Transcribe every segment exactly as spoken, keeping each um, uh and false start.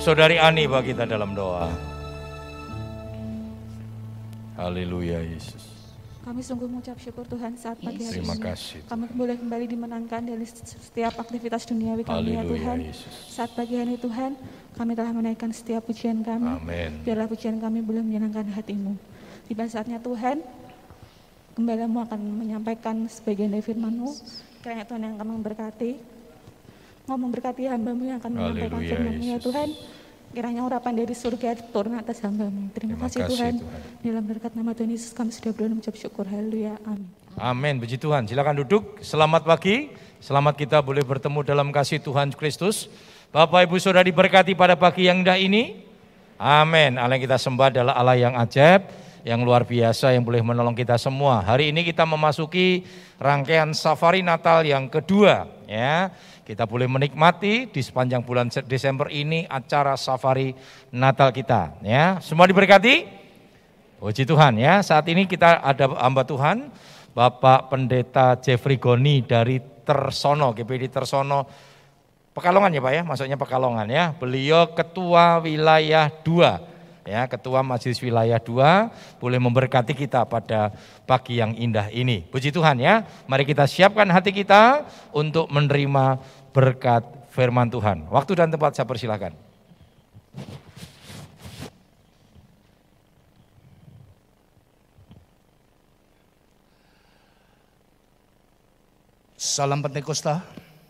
Saudari Ani bagi kita dalam doa. Haleluya Yesus. Kami sungguh mengucap syukur Tuhan saat pagi hari Terima ini. kasih. Kami boleh kembali dimenangkan dari setiap aktivitas duniawi kami ya Tuhan. Yesus. Saat pagi hari Tuhan, kami telah menaikkan setiap pujian kami. Amin. Biarlah pujian kami boleh menyenangkan hati-Mu. Tiba saatnya Tuhan, Gembala-Mu akan menyampaikan sebagian dari firman-Mu. Kiranya Tuhan yang akan memberkati. Mau memberkati hamba-Mu yang akan menyampaikan firman-Mu ya Tuhan. Kiranya urapan dari surga turun atas hamba-Mu. Terima, Terima kasih, kasih Tuhan. Tuhan. Dalam berkat nama Tuhan Yesus kami sudah berdoa mengucap syukur. Haleluya. Amin. Amin. Puji Tuhan. Silakan duduk. Selamat pagi. Selamat kita boleh bertemu dalam kasih Tuhan Kristus. Bapak Ibu Saudara diberkati pada pagi yang indah ini. Amin. Allah yang kita sembah adalah Allah yang ajaib, yang luar biasa, yang boleh menolong kita semua. Hari ini kita memasuki rangkaian safari Natal yang kedua, ya. Kita boleh menikmati di sepanjang bulan Desember ini acara safari Natal kita, ya. Semua diberkati? Puji Tuhan, ya. Saat ini kita ada hamba Tuhan, Bapak Pendeta Jeffrey Goni dari Tersono, G P D Tersono, Pekalongan ya Pak ya, maksudnya Pekalongan ya. Beliau Ketua Wilayah dua, ya, Ketua Majelis Wilayah dua, boleh memberkati kita pada pagi yang indah ini. Puji Tuhan ya. Mari kita siapkan hati kita untuk menerima berkat firman Tuhan. Waktu dan tempat saya persilakan. Salam Pentakosta.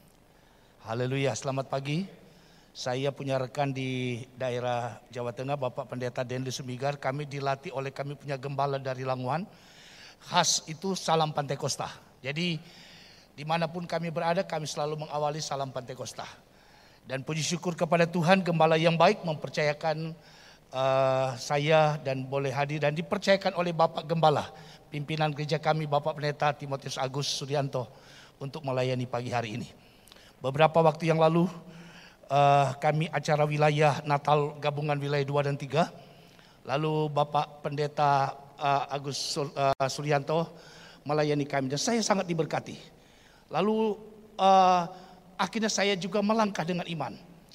Haleluya, selamat pagi. Saya punya rekan di daerah Jawa Tengah, Bapak Pendeta Denli Sumigar. Kami dilatih oleh kami punya gembala dari Languan. Khas itu salam Pentakosta. Jadi dimanapun kami berada, kami selalu mengawali salam Pentakosta. Dan puji syukur kepada Tuhan, gembala yang baik mempercayakan uh, saya dan boleh hadir dan dipercayakan oleh Bapak Gembala, pimpinan gereja kami, Bapak Pendeta Timotius Agus Suryanto, untuk melayani pagi hari ini. Beberapa waktu yang lalu uh, kami acara wilayah Natal gabungan wilayah dua dan tiga. Lalu Bapak Pendeta uh, Agus Sur, uh, Suryanto melayani kami dan saya sangat diberkati. Lalu uh, akhirnya saya juga melangkah dengan iman.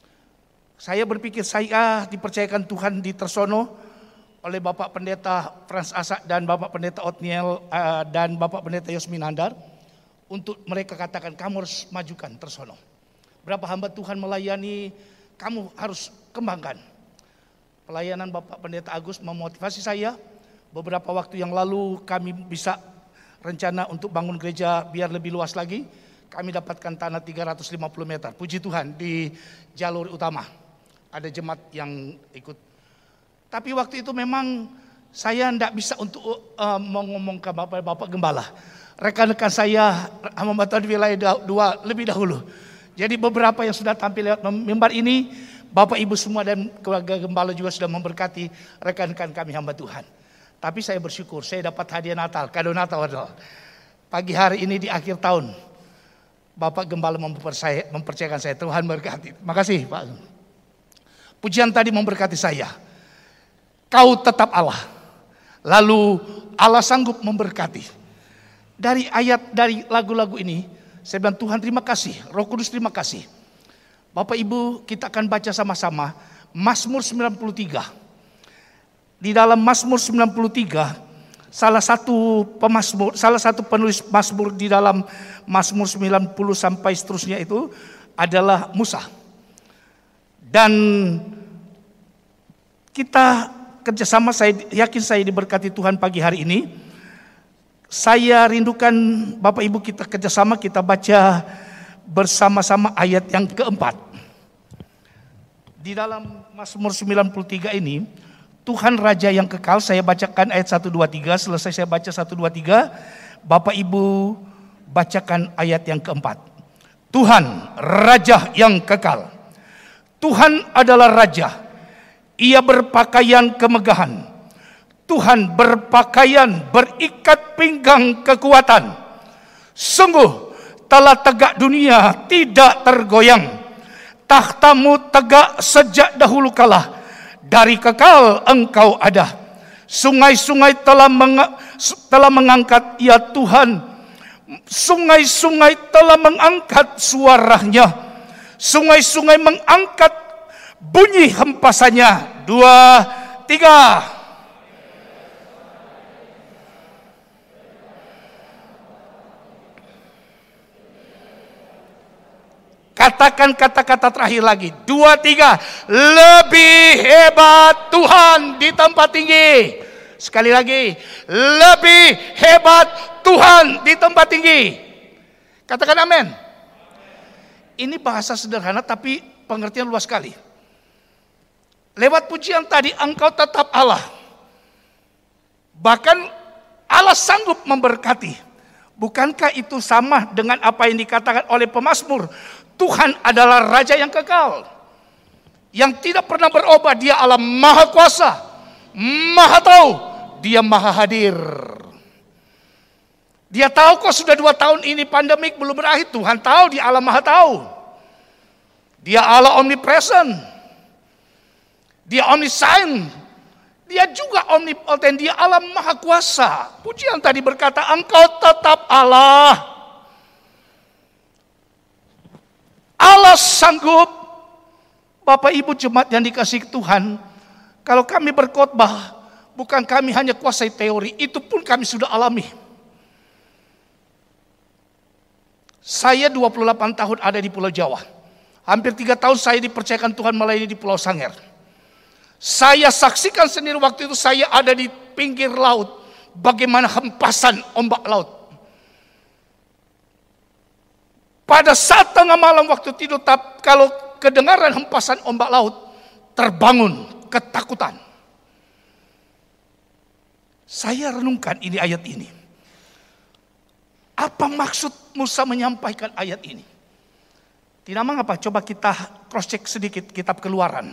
Saya berpikir saya dipercayakan Tuhan di Tersono oleh Bapak Pendeta Frans Asak dan Bapak Pendeta Otniel uh, dan Bapak Pendeta Yosmin Handar. Untuk mereka katakan kamu harus majukan Tersono. Berapa hamba Tuhan melayani, kamu harus kembangkan. Pelayanan Bapak Pendeta Agus memotivasi saya. Beberapa waktu yang lalu kami bisa rencana untuk bangun gereja biar lebih luas lagi. Kami dapatkan tanah tiga ratus lima puluh meter. Puji Tuhan di jalur utama. Ada jemaat yang ikut. Tapi waktu itu memang saya tidak bisa untuk uh, mengomongkan Bapak, Bapak Gembala. Rekan-rekan saya hamba Tuhan wilayah dua lebih dahulu. Jadi beberapa yang sudah tampil lewat mimbar ini, Bapak Ibu semua dan keluarga Gembala juga sudah memberkati rekan-rekan kami hamba Tuhan. Tapi saya bersyukur saya dapat hadiah Natal, kado Natal adalah pagi hari ini di akhir tahun. Bapak Gembala mempercaya, mempercayakan saya, Tuhan berkati. Makasih Pak. Pujian tadi memberkati saya. Kau tetap Allah. Lalu Allah sanggup memberkati. Dari ayat, dari lagu-lagu ini, saya bilang Tuhan terima kasih, Roh Kudus terima kasih. Bapak Ibu, kita akan baca sama-sama Mazmur sembilan puluh tiga. Di dalam Mazmur sembilan puluh tiga, salah satu pemazmur, salah satu penulis Mazmur di dalam Mazmur sembilan puluh sampai seterusnya itu adalah Musa. Dan kita kerjasama, saya yakin saya diberkati Tuhan pagi hari ini. Saya rindukan Bapak Ibu kita kerjasama, kita baca bersama-sama ayat yang keempat. Di dalam Mazmur sembilan puluh tiga ini, Tuhan Raja yang kekal, saya bacakan ayat satu, dua, tiga, selesai saya baca satu, dua, tiga, Bapak Ibu bacakan ayat yang keempat. Tuhan Raja yang kekal. Tuhan adalah Raja, Ia berpakaian kemegahan. Tuhan berpakaian berikat pinggang kekuatan. Sungguh telah tegak dunia tidak tergoyang. Tahtamu tegak sejak dahulu kala. Dari kekal engkau ada. Sungai-sungai telah, meng- telah mengangkat ya Tuhan. Sungai-sungai telah mengangkat suaranya. Sungai-sungai mengangkat Bunyi hempasannya. Dua, tiga. Katakan kata-kata terakhir lagi. Dua, tiga. Lebih hebat Tuhan di tempat tinggi. Sekali lagi. Lebih hebat Tuhan di tempat tinggi. Katakan amin. Ini bahasa sederhana tapi pengertian luas sekali. Lewat pujian tadi, engkau tetap Allah. Bahkan Allah sanggup memberkati. Bukankah itu sama dengan apa yang dikatakan oleh pemazmur? Tuhan adalah Raja yang kekal, yang tidak pernah berubah. Dia Allah Maha Kuasa, Maha Tahu, Dia Maha Hadir. Dia tahu kok sudah dua tahun ini pandemik belum berakhir. Tuhan tahu, Dia Allah Maha Tahu. Dia Allah omnipresent, Dia omniscient, Dia juga omnipotent, Dia Allah Maha Kuasa. Pujian tadi berkata, engkau tetap Allah. Allah sanggup. Bapak Ibu jemaat yang dikasihi Tuhan, kalau kami berkhotbah, bukan kami hanya kuasai teori, itu pun kami sudah alami. Saya dua puluh delapan tahun ada di Pulau Jawa. Hampir tiga tahun saya dipercayakan Tuhan melayani di Pulau Sangir. Saya saksikan sendiri waktu itu saya ada di pinggir laut, bagaimana hempasan ombak laut. Pada saat tengah malam waktu tidur, kalau kedengaran hempasan ombak laut, terbangun ketakutan. Saya renungkan ini ayat ini. Apa maksud Musa menyampaikan ayat ini? Tidak mengapa, coba kita cross check sedikit kitab Keluaran.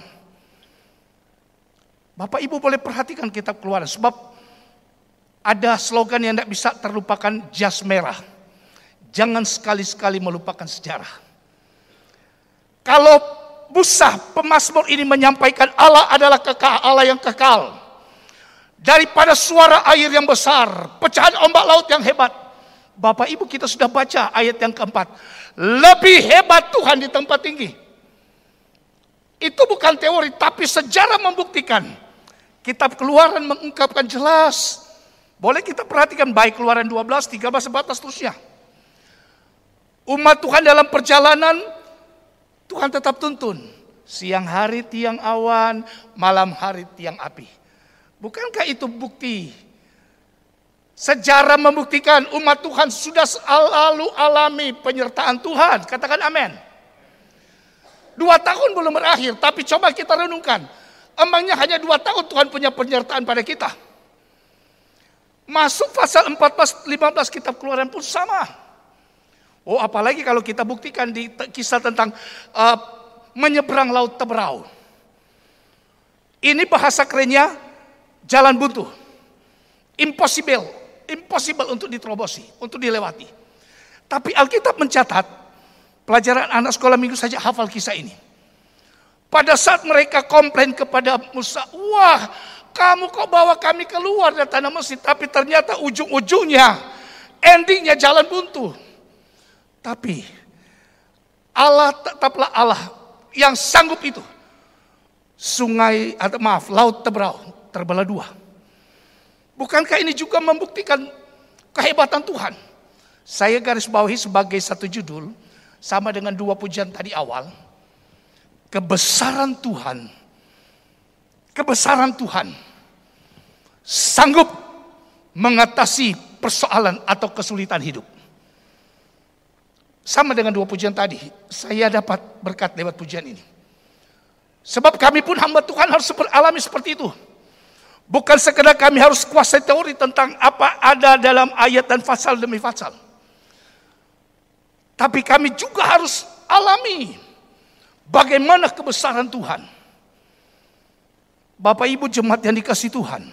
Bapak Ibu boleh perhatikan kitab Keluaran, sebab ada slogan yang tidak bisa terlupakan, jas merah. Jangan sekali-sekali melupakan sejarah. Kalau Musa pemazmur ini menyampaikan Allah adalah kekal, Allah yang kekal. Daripada suara air yang besar, pecahan ombak laut yang hebat. Bapak Ibu kita sudah baca ayat yang keempat. Lebih hebat Tuhan di tempat tinggi. Itu bukan teori, tapi sejarah membuktikan. Kitab Keluaran mengungkapkan jelas. Boleh kita perhatikan baik Keluaran dua belas, tiga belas, sebelas, seterusnya. Umat Tuhan dalam perjalanan, Tuhan tetap tuntun. Siang hari tiang awan, malam hari tiang api. Bukankah itu bukti? Sejarah membuktikan umat Tuhan sudah selalu alami penyertaan Tuhan. Katakan amin. Dua tahun belum berakhir, tapi coba kita renungkan. Emangnya hanya dua tahun Tuhan punya penyertaan pada kita? Masuk pasal empat belas, lima belas kitab Keluaran pun sama. Oh, apalagi kalau kita buktikan di kisah tentang uh, menyeberang laut Teberau. Ini bahasa kerennya jalan buntu. Impossible, impossible untuk diterobosi, untuk dilewati. Tapi Alkitab mencatat, pelajaran anak sekolah minggu saja hafal kisah ini. Pada saat mereka komplain kepada Musa, wah kamu kok bawa kami keluar dari tanah Mesir, tapi ternyata ujung-ujungnya, endingnya jalan buntu. Tapi Allah tetaplah Allah yang sanggup itu. Sungai, atau maaf, laut Teberau terbelah dua. Bukankah ini juga membuktikan kehebatan Tuhan? Saya garis bawahi sebagai satu judul, sama dengan dua pujian tadi awal. Kebesaran Tuhan, kebesaran Tuhan sanggup mengatasi persoalan atau kesulitan hidup. Sama dengan dua pujian tadi, saya dapat berkat lewat pujian ini. Sebab kami pun hamba Tuhan harus alami seperti itu. Bukan sekedar kami harus kuasai teori tentang apa ada dalam ayat dan pasal demi pasal. Tapi kami juga harus alami bagaimana kebesaran Tuhan. Bapak Ibu jemaat yang dikasihi Tuhan.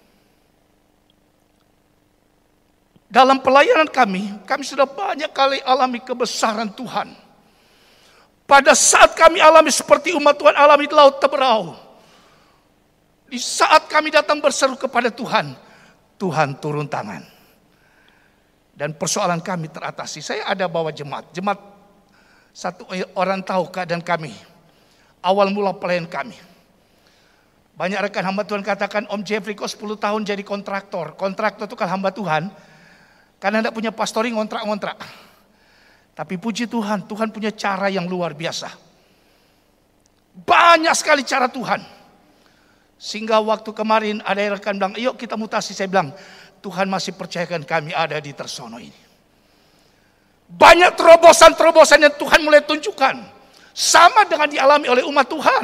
Dalam pelayanan kami, kami sudah banyak kali alami kebesaran Tuhan. Pada saat kami alami seperti umat Tuhan alami di Laut Teberau. Di saat kami datang berseru kepada Tuhan, Tuhan turun tangan. Dan persoalan kami teratasi. Saya ada bawa jemaat. Jemaat satu orang tahu keadaan kami. awal mula pelayan kami. Banyak rekan hamba Tuhan katakan, Om Jeffrey kok sepuluh tahun jadi kontraktor. Kontraktor itu kan hamba Tuhan, karena tidak punya pastori ngontrak-ngontrak. Tapi puji Tuhan, Tuhan punya cara yang luar biasa. Banyak sekali cara Tuhan. Sehingga waktu kemarin ada yang rekan bilang, yuk kita mutasi. Saya bilang, Tuhan masih percayakan kami ada di Tersono ini. Banyak terobosan-terobosan yang Tuhan mulai tunjukkan. Sama dengan dialami oleh umat Tuhan.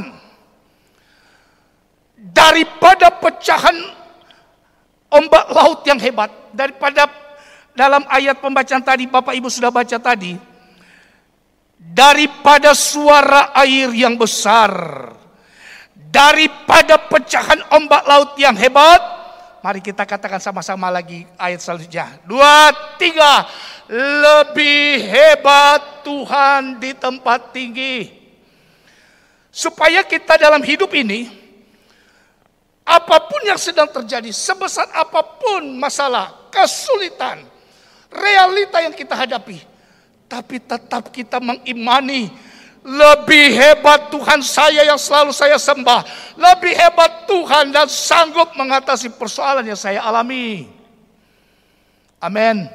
Daripada pecahan ombak laut yang hebat, daripada dalam ayat pembacaan tadi, Bapak Ibu sudah baca tadi, daripada suara air yang besar, daripada pecahan ombak laut yang hebat, mari kita katakan sama-sama lagi ayat selanjutnya. Dua, tiga, lebih hebat Tuhan di tempat tinggi. Supaya kita dalam hidup ini, apapun yang sedang terjadi, sebesar apapun masalah, kesulitan, realita yang kita hadapi, tapi tetap kita mengimani lebih hebat Tuhan saya yang selalu saya sembah, lebih hebat Tuhan dan sanggup mengatasi persoalan yang saya alami. Amin.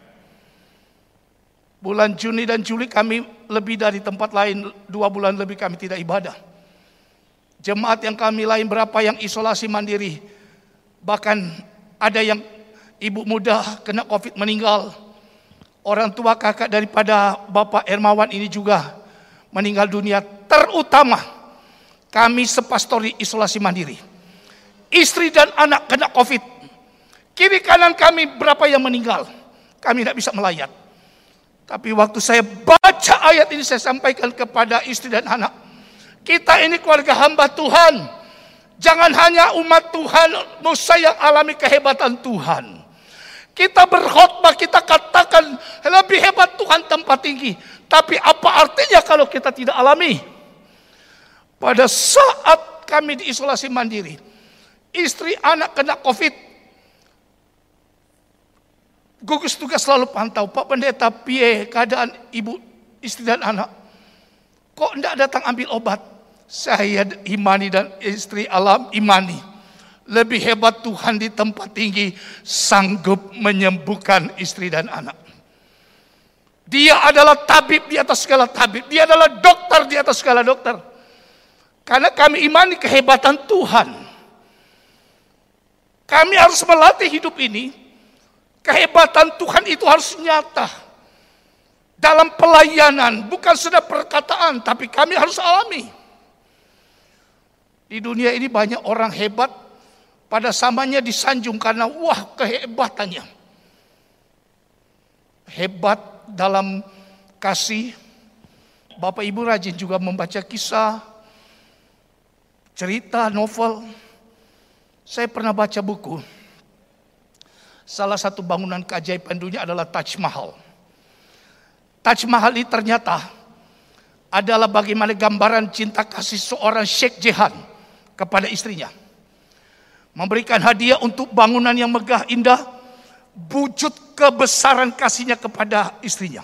Bulan Juni dan Juli kami lebih dari tempat lain, dua bulan lebih kami tidak ibadah. Jemaat yang kami lain berapa yang isolasi mandiri, bahkan ada yang ibu muda kena COVID meninggal. Orang tua kakak daripada Bapak Hermawan ini juga meninggal dunia. Terutama kami sepastori isolasi mandiri. Istri dan anak kena COVID. Kiri kanan kami berapa yang meninggal. Kami tidak bisa melayat. Tapi waktu saya baca ayat ini, saya sampaikan kepada istri dan anak. Kita ini keluarga hamba Tuhan. Jangan hanya umat Tuhan Musa yang alami kehebatan Tuhan. Kita berkhotbah, kita katakan lebih hebat Tuhan tempat tinggi. Tapi apa artinya kalau kita tidak alami? Pada saat kami diisolasi mandiri, istri anak kena COVID, gugus tugas selalu pantau, Pak Pendeta, piye keadaan ibu, istri dan anak? Kok tidak datang ambil obat? Saya imani dan istri alam imani. Lebih hebat Tuhan di tempat tinggi, sanggup menyembuhkan istri dan anak. Dia adalah tabib di atas segala tabib. Dia adalah dokter di atas segala dokter. Karena kami imani kehebatan Tuhan. Kami harus melatih hidup ini. Kehebatan Tuhan itu harus nyata. Dalam pelayanan, bukan sudah perkataan, tapi kami harus alami. Di dunia ini banyak orang hebat, pada samanya disanjung karena wah kehebatannya. Hebat dalam kasih. Bapak Ibu rajin juga membaca kisah, cerita, novel. Saya pernah baca buku. Salah satu bangunan keajaiban dunia adalah Taj Mahal. Taj Mahal ini ternyata adalah bagaimana gambaran cinta kasih seorang Sheikh Jehan kepada istrinya. Memberikan hadiah untuk bangunan yang megah indah, wujud kebesaran kasihnya kepada istrinya.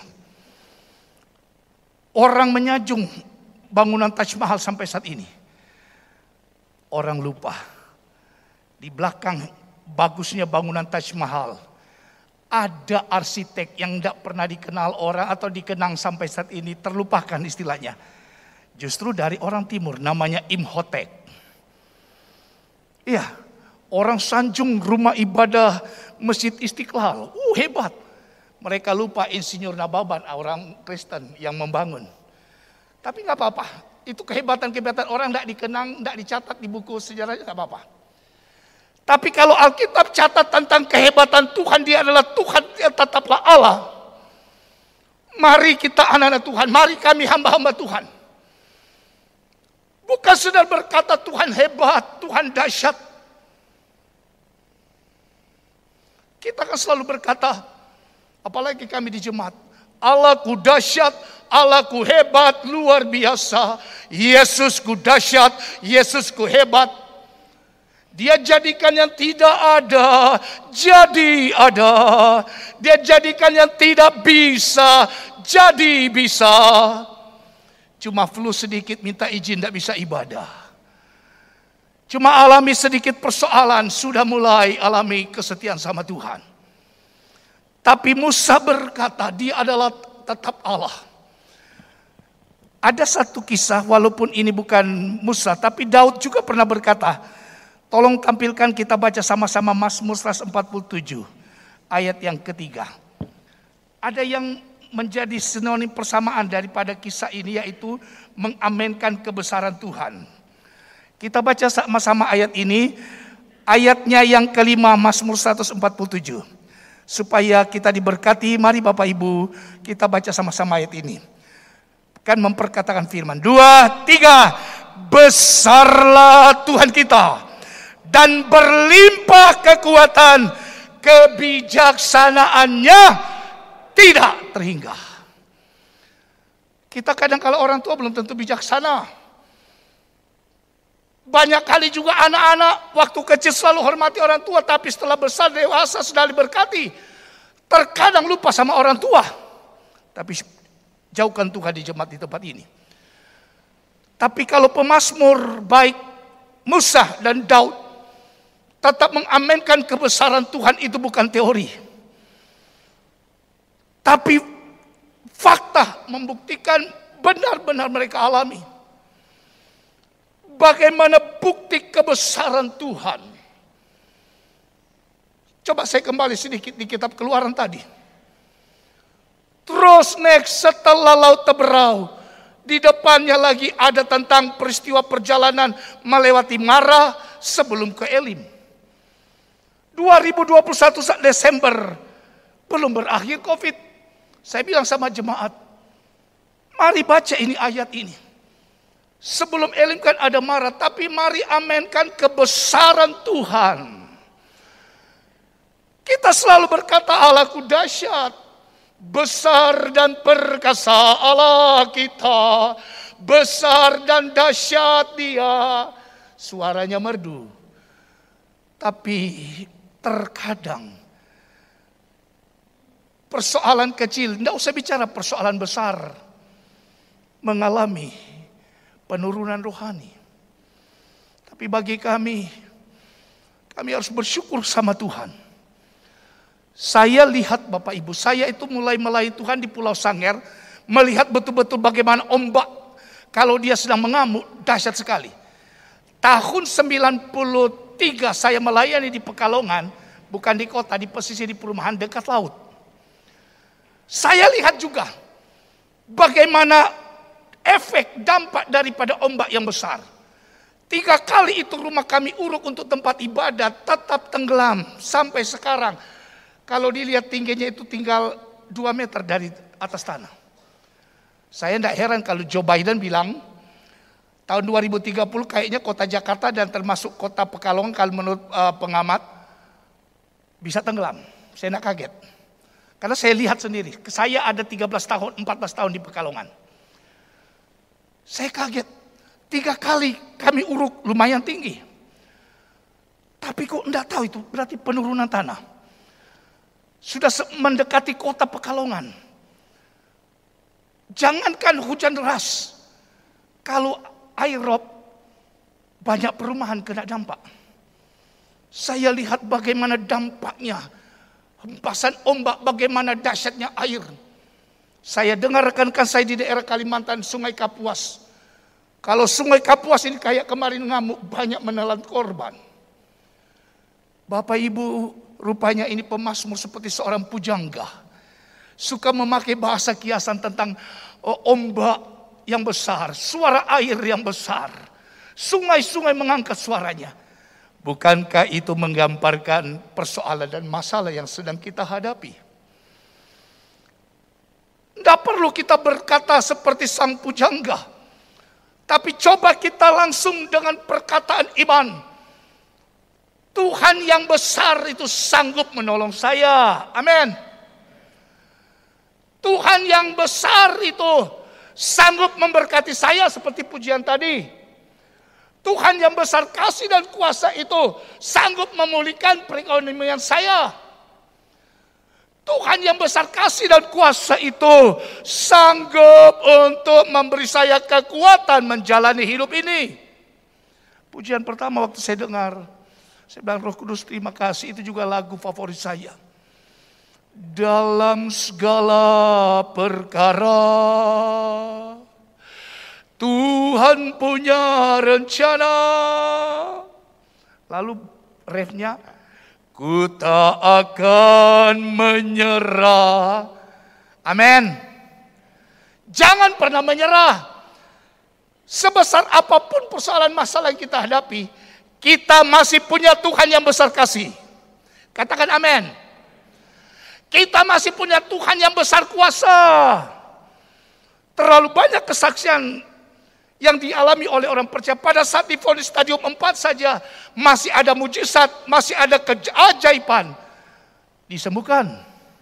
Orang menyajung bangunan Taj Mahal sampai saat ini. Orang lupa, di belakang bagusnya bangunan Taj Mahal, ada arsitek yang tidak pernah dikenal orang atau dikenang sampai saat ini, terlupakan istilahnya. Justru dari orang timur, namanya Imhotep. Iya. Orang sanjung rumah ibadah Masjid Istiqlal. Uh, hebat. Mereka lupa Insinyur Nababan, orang Kristen yang membangun. Tapi nggak apa-apa. Itu kehebatan-kehebatan orang tidak dikenang, tidak dicatat di buku sejarahnya, nggak apa-apa. Tapi kalau Alkitab catat tentang kehebatan Tuhan, dia adalah Tuhan yang tetaplah Allah. Mari kita anak-anak Tuhan, mari kami hamba-hamba Tuhan. Bukan sudah berkata Tuhan hebat, Tuhan dahsyat. Kita akan selalu berkata, apalagi kami di jemaat, Allahku dahsyat, Allahku hebat, luar biasa. Yesusku dahsyat, Yesusku hebat. Dia jadikan yang tidak ada, jadi ada. Dia jadikan yang tidak bisa, jadi bisa. Cuma flu sedikit minta izin tidak bisa ibadah. Cuma alami sedikit persoalan sudah mulai alami kesetiaan sama Tuhan. Tapi Musa berkata dia adalah tetap Allah. Ada satu kisah walaupun ini bukan Musa tapi Daud juga pernah berkata. Tolong tampilkan kita baca sama-sama Mazmur seratus empat puluh tujuh ayat yang ketiga. Ada yang menjadi sinonim persamaan daripada kisah ini yaitu mengamenkan kebesaran Tuhan. Kita baca sama-sama ayat ini, ayatnya yang kelima Mazmur seratus empat puluh tujuh. Supaya kita diberkati, mari Bapak Ibu kita baca sama-sama ayat ini. Kan memperkatakan firman, dua, tiga, besarlah Tuhan kita dan berlimpah kekuatan, kebijaksanaannya tidak terhingga. Kita kadang kalau orang tua belum tentu bijaksana. Banyak kali juga anak-anak waktu kecil selalu hormati orang tua, tapi setelah besar dewasa sudah diberkati, terkadang lupa sama orang tua. Tapi jauhkan Tuhan di jemaat di tempat ini. Tapi kalau pemazmur baik Musa dan Daud tetap mengamenkan kebesaran Tuhan, itu bukan teori. Tapi fakta membuktikan benar-benar mereka alami. Bagaimana bukti kebesaran Tuhan? Coba saya kembali sedikit di kitab Keluaran tadi. Terus next setelah laut Teberau, di depannya lagi ada tentang peristiwa perjalanan melewati Mara sebelum ke Elim. dua ribu dua puluh satu Desember, belum berakhir Covid. Saya bilang sama jemaat, mari baca ini ayat ini. Sebelum Elim kan ada Mara, tapi mari amenkan kebesaran Tuhan. Kita selalu berkata Allahku dahsyat. Besar dan perkasa Allah kita, besar dan dahsyat Dia. Suaranya merdu. Tapi terkadang persoalan kecil, tidak usah bicara persoalan besar, mengalami penurunan rohani. Tapi bagi kami, kami harus bersyukur sama Tuhan. Saya lihat Bapak Ibu, saya itu mulai melayani Tuhan di Pulau Sangir, melihat betul-betul bagaimana ombak kalau dia sedang mengamuk, dahsyat sekali. Tahun sembilan puluh tiga saya melayani di Pekalongan, bukan di kota, di pesisir di perumahan dekat laut. Saya lihat juga bagaimana efek dampak daripada ombak yang besar. Tiga kali itu rumah kami uruk untuk tempat ibadat tetap tenggelam sampai sekarang. Kalau dilihat tingginya itu tinggal dua meter dari atas tanah. Saya tidak heran kalau Joe Biden bilang tahun dua ribu tiga puluh kayaknya kota Jakarta dan termasuk kota Pekalongan kalau menurut uh, pengamat bisa tenggelam. Saya tidak kaget. Karena saya lihat sendiri. Saya ada tiga belas tahun, empat belas tahun di Pekalongan. Saya kaget. Tiga kali kami uruk lumayan tinggi. Tapi kok tidak tahu itu berarti penurunan tanah. Sudah mendekati kota Pekalongan. Jangankan hujan deras. Kalau air rob, banyak perumahan kena dampak. Saya lihat bagaimana dampaknya. Hempasan ombak, bagaimana dahsyatnya air. Saya dengar rekan-rekan saya di daerah Kalimantan, Sungai Kapuas. Kalau Sungai Kapuas ini kayak kemarin ngamuk, banyak menelan korban. Bapak Ibu, rupanya ini pemazmur seperti seorang pujangga. Suka memakai bahasa kiasan tentang ombak yang besar, suara air yang besar. Sungai-sungai mengangkat suaranya. Bukankah itu menggambarkan persoalan dan masalah yang sedang kita hadapi? Tidak perlu kita berkata seperti sang pujangga. Tapi coba kita langsung dengan perkataan iman. Tuhan yang besar itu sanggup menolong saya. Amin. Tuhan yang besar itu sanggup memberkati saya seperti pujian tadi. Tuhan yang besar kasih dan kuasa itu sanggup memulihkan perekonomian saya. Tuhan yang besar kasih dan kuasa itu sanggup untuk memberi saya kekuatan menjalani hidup ini. Pujian pertama waktu saya dengar, saya bilang, Roh Kudus terima kasih, itu juga lagu favorit saya. Dalam segala perkara Tuhan punya rencana. Lalu refnya, ku tak akan menyerah. Amin. Jangan pernah menyerah. Sebesar apapun persoalan masalah yang kita hadapi, kita masih punya Tuhan yang besar kasih. Katakan amin. Kita masih punya Tuhan yang besar kuasa. Terlalu banyak kesaksian yang dialami oleh orang percaya. Pada saat divonis stadium empat saja masih ada mujizat, masih ada keajaiban. Disembuhkan.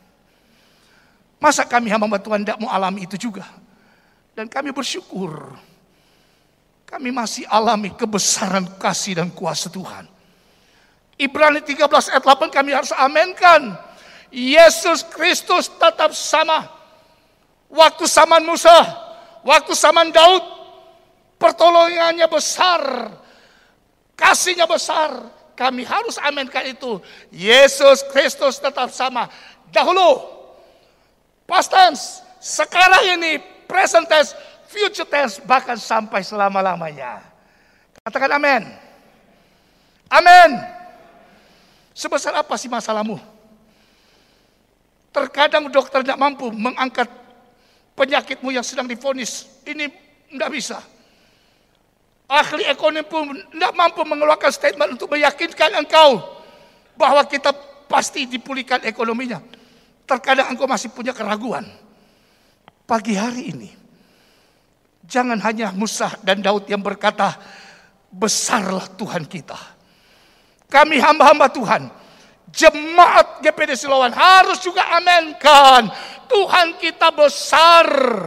Masa kami hamba Tuhan tidak mau alami itu juga? Dan kami bersyukur. Kami masih alami kebesaran kasih dan kuasa Tuhan. Ibrani tiga belas ayat delapan kami harus amenkan. Yesus Kristus tetap sama. Waktu zaman Musa, waktu zaman Daud, pertolongannya besar, kasihnya besar. Kami harus amenkan itu. Yesus Kristus tetap sama. Dahulu, past tense, sekarang ini present tense, future tense, bahkan sampai selama-lamanya. Katakan amin. Amin. Sebesar apa sih masalahmu? Terkadang dokter tidak mampu mengangkat penyakitmu yang sedang divonis. Ini tidak bisa. Ahli ekonomi pun tidak mampu mengeluarkan statement untuk meyakinkan engkau bahwa kita pasti dipulihkan ekonominya. Terkadang engkau masih punya keraguan. Pagi hari ini, jangan hanya Musa dan Daud yang berkata, besarlah Tuhan kita. Kami hamba-hamba Tuhan, jemaat G P D Siloam harus juga amenkan. Tuhan kita besar.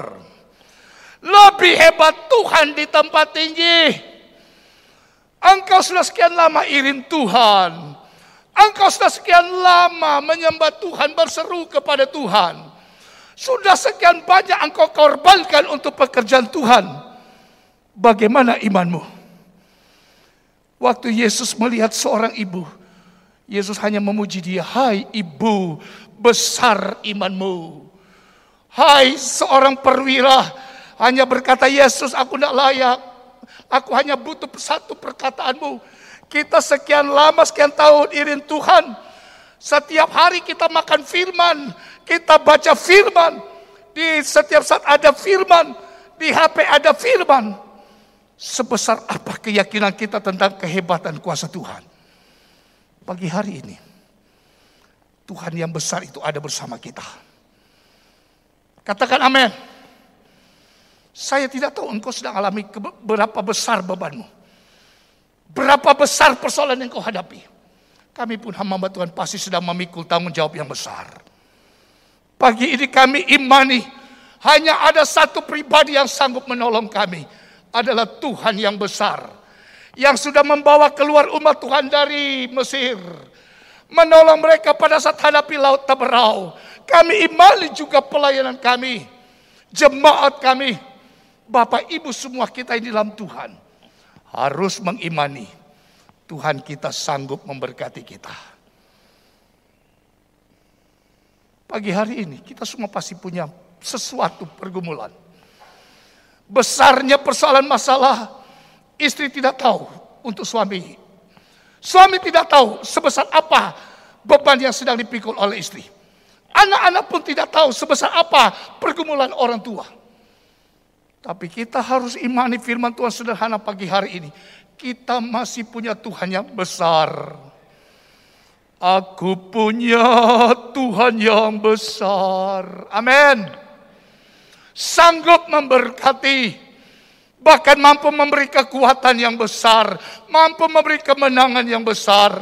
Lebih hebat Tuhan di tempat tinggi. Engkau sudah sekian lama iring Tuhan. Engkau sudah sekian lama menyembah Tuhan, berseru kepada Tuhan. Sudah sekian banyak engkau korbankan untuk pekerjaan Tuhan. Bagaimana imanmu? Waktu Yesus melihat seorang ibu, Yesus hanya memuji dia. Hai ibu, besar imanmu. Hai seorang perwira, hanya berkata, Yesus aku tidak layak. Aku hanya butuh satu perkataanmu. Kita sekian lama, sekian tahun iring Tuhan. Setiap hari kita makan firman. Kita baca firman. Di setiap saat ada firman. Di H P ada firman. Sebesar apa keyakinan kita tentang kehebatan kuasa Tuhan. Pagi hari ini, Tuhan yang besar itu ada bersama kita. Katakan amin. Saya tidak tahu engkau sedang alami berapa besar bebanmu. Berapa besar persoalan yang kau hadapi. Kami pun hamba Tuhan pasti sedang memikul tanggung jawab yang besar. Pagi ini kami imani, hanya ada satu pribadi yang sanggup menolong kami. Adalah Tuhan yang besar. Yang sudah membawa keluar umat Tuhan dari Mesir. Menolong mereka pada saat hadapi laut Taberau. Kami imani juga pelayanan kami. Jemaat kami. Bapak Ibu semua kita ini dalam Tuhan. Harus mengimani. Tuhan kita sanggup memberkati kita. Pagi hari ini kita semua pasti punya sesuatu pergumulan. Besarnya persoalan masalah, istri tidak tahu untuk suami. Suami tidak tahu sebesar apa beban yang sedang dipikul oleh istri. Anak-anak pun tidak tahu sebesar apa pergumulan orang tua. Tapi kita harus imani firman Tuhan sederhana pagi hari ini. Kita masih punya Tuhan yang besar. Aku punya Tuhan yang besar. Amin. Sanggup memberkati, bahkan mampu memberi kekuatan yang besar, mampu memberi kemenangan yang besar.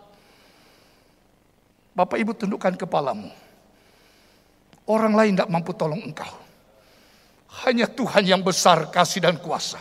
Bapak Ibu tundukkan kepalamu. Orang lain tidak mampu tolong engkau. Hanya Tuhan yang besar kasih dan kuasa.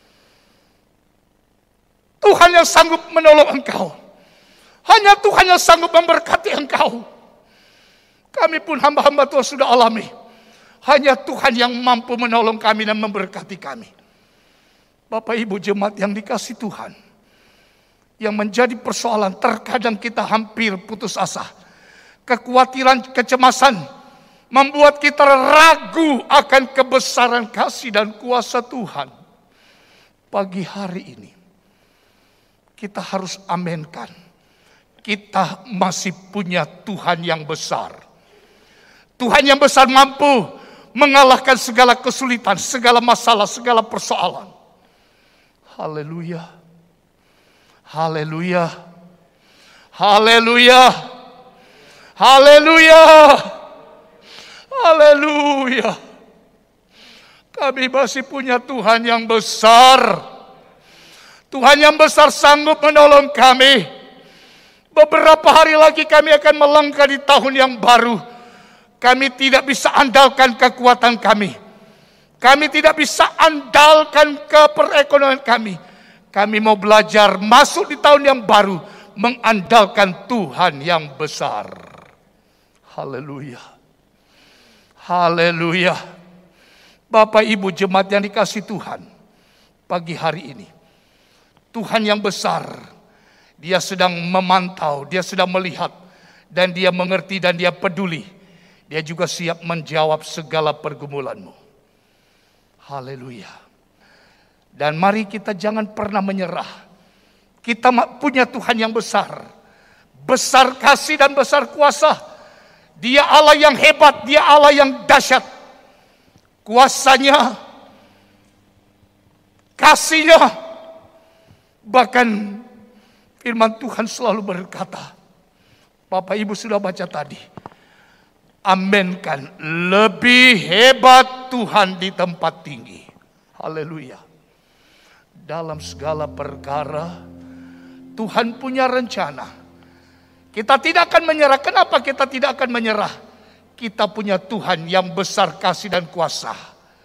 Tuhan yang sanggup menolong engkau. Hanya Tuhan yang sanggup memberkati engkau. Kami pun hamba-hamba Tuhan sudah alami. Hanya Tuhan yang mampu menolong kami dan memberkati kami. Bapak Ibu jemaat yang dikasihi Tuhan, yang menjadi persoalan terkadang kita hampir putus asa. Kekhawatiran, kecemasan membuat kita ragu akan kebesaran kasih dan kuasa Tuhan. Pagi hari ini kita harus amenkan. Kita masih punya Tuhan yang besar. Tuhan yang besar mampu mengalahkan segala kesulitan, segala masalah, segala persoalan. Haleluya. Haleluya. Haleluya. Haleluya. Haleluya. Kami masih punya Tuhan yang besar. Tuhan yang besar sanggup menolong kami. Beberapa hari lagi kami akan melangkah di tahun yang baru. Kami tidak bisa andalkan kekuatan kami. Kami tidak bisa andalkan keperekonomian kami. Kami mau belajar masuk di tahun yang baru mengandalkan Tuhan yang besar. Haleluya. Haleluya. Bapak Ibu jemaat yang dikasihi Tuhan, pagi hari ini Tuhan yang besar, Dia sedang memantau, Dia sedang melihat, dan Dia mengerti dan Dia peduli. Dia juga siap menjawab segala pergumulanmu. Haleluya. Dan mari kita jangan pernah menyerah. Kita punya Tuhan yang besar. Besar kasih dan besar kuasa. Dia Allah yang hebat, Dia Allah yang dahsyat. Kuasanya, kasihnya, bahkan firman Tuhan selalu berkata, Bapak Ibu sudah baca tadi, amenkan, lebih hebat Tuhan di tempat tinggi. Haleluya. Dalam segala perkara Tuhan punya rencana. Kita tidak akan menyerah. Kenapa kita tidak akan menyerah? Kita punya Tuhan yang besar kasih dan kuasa.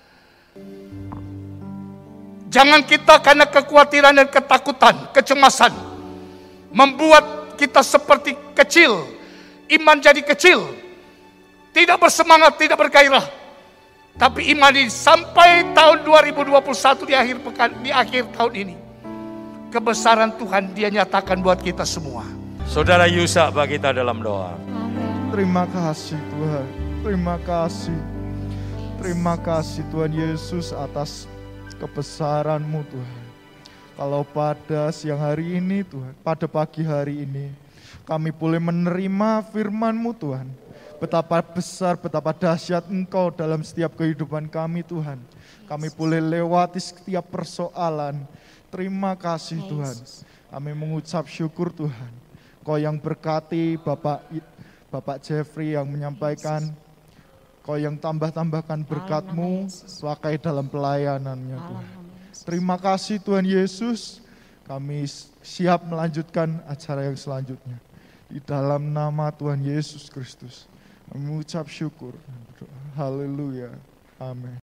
Jangan kita karena kekhawatiran dan ketakutan, kecemasan membuat kita seperti kecil, iman jadi kecil, tidak bersemangat, tidak bergairah. Tapi iman ini sampai tahun dua ribu dua puluh satu di akhir pekan, di akhir tahun ini, kebesaran Tuhan Dia nyatakan buat kita semua. Saudara Yusa, bagi kita dalam doa. Terima kasih Tuhan, terima kasih. Terima kasih Tuhan Yesus atas kebesaran-Mu Tuhan. Kalau pada siang hari ini Tuhan, pada pagi hari ini, kami boleh menerima firman-Mu Tuhan. Betapa besar, betapa dahsyat Engkau dalam setiap kehidupan kami Tuhan. Kami boleh lewati setiap persoalan. Terima kasih Tuhan. Kami mengucap syukur Tuhan. Kau yang berkati Bapak Bapak Jeffrey yang menyampaikan, Kau yang tambah-tambahkan berkat-Mu pakai dalam pelayanannya Tuhan. Terima kasih Tuhan Yesus. Kami siap melanjutkan acara yang selanjutnya. Di dalam nama Tuhan Yesus Kristus. Mengucap syukur. Haleluya. Amin.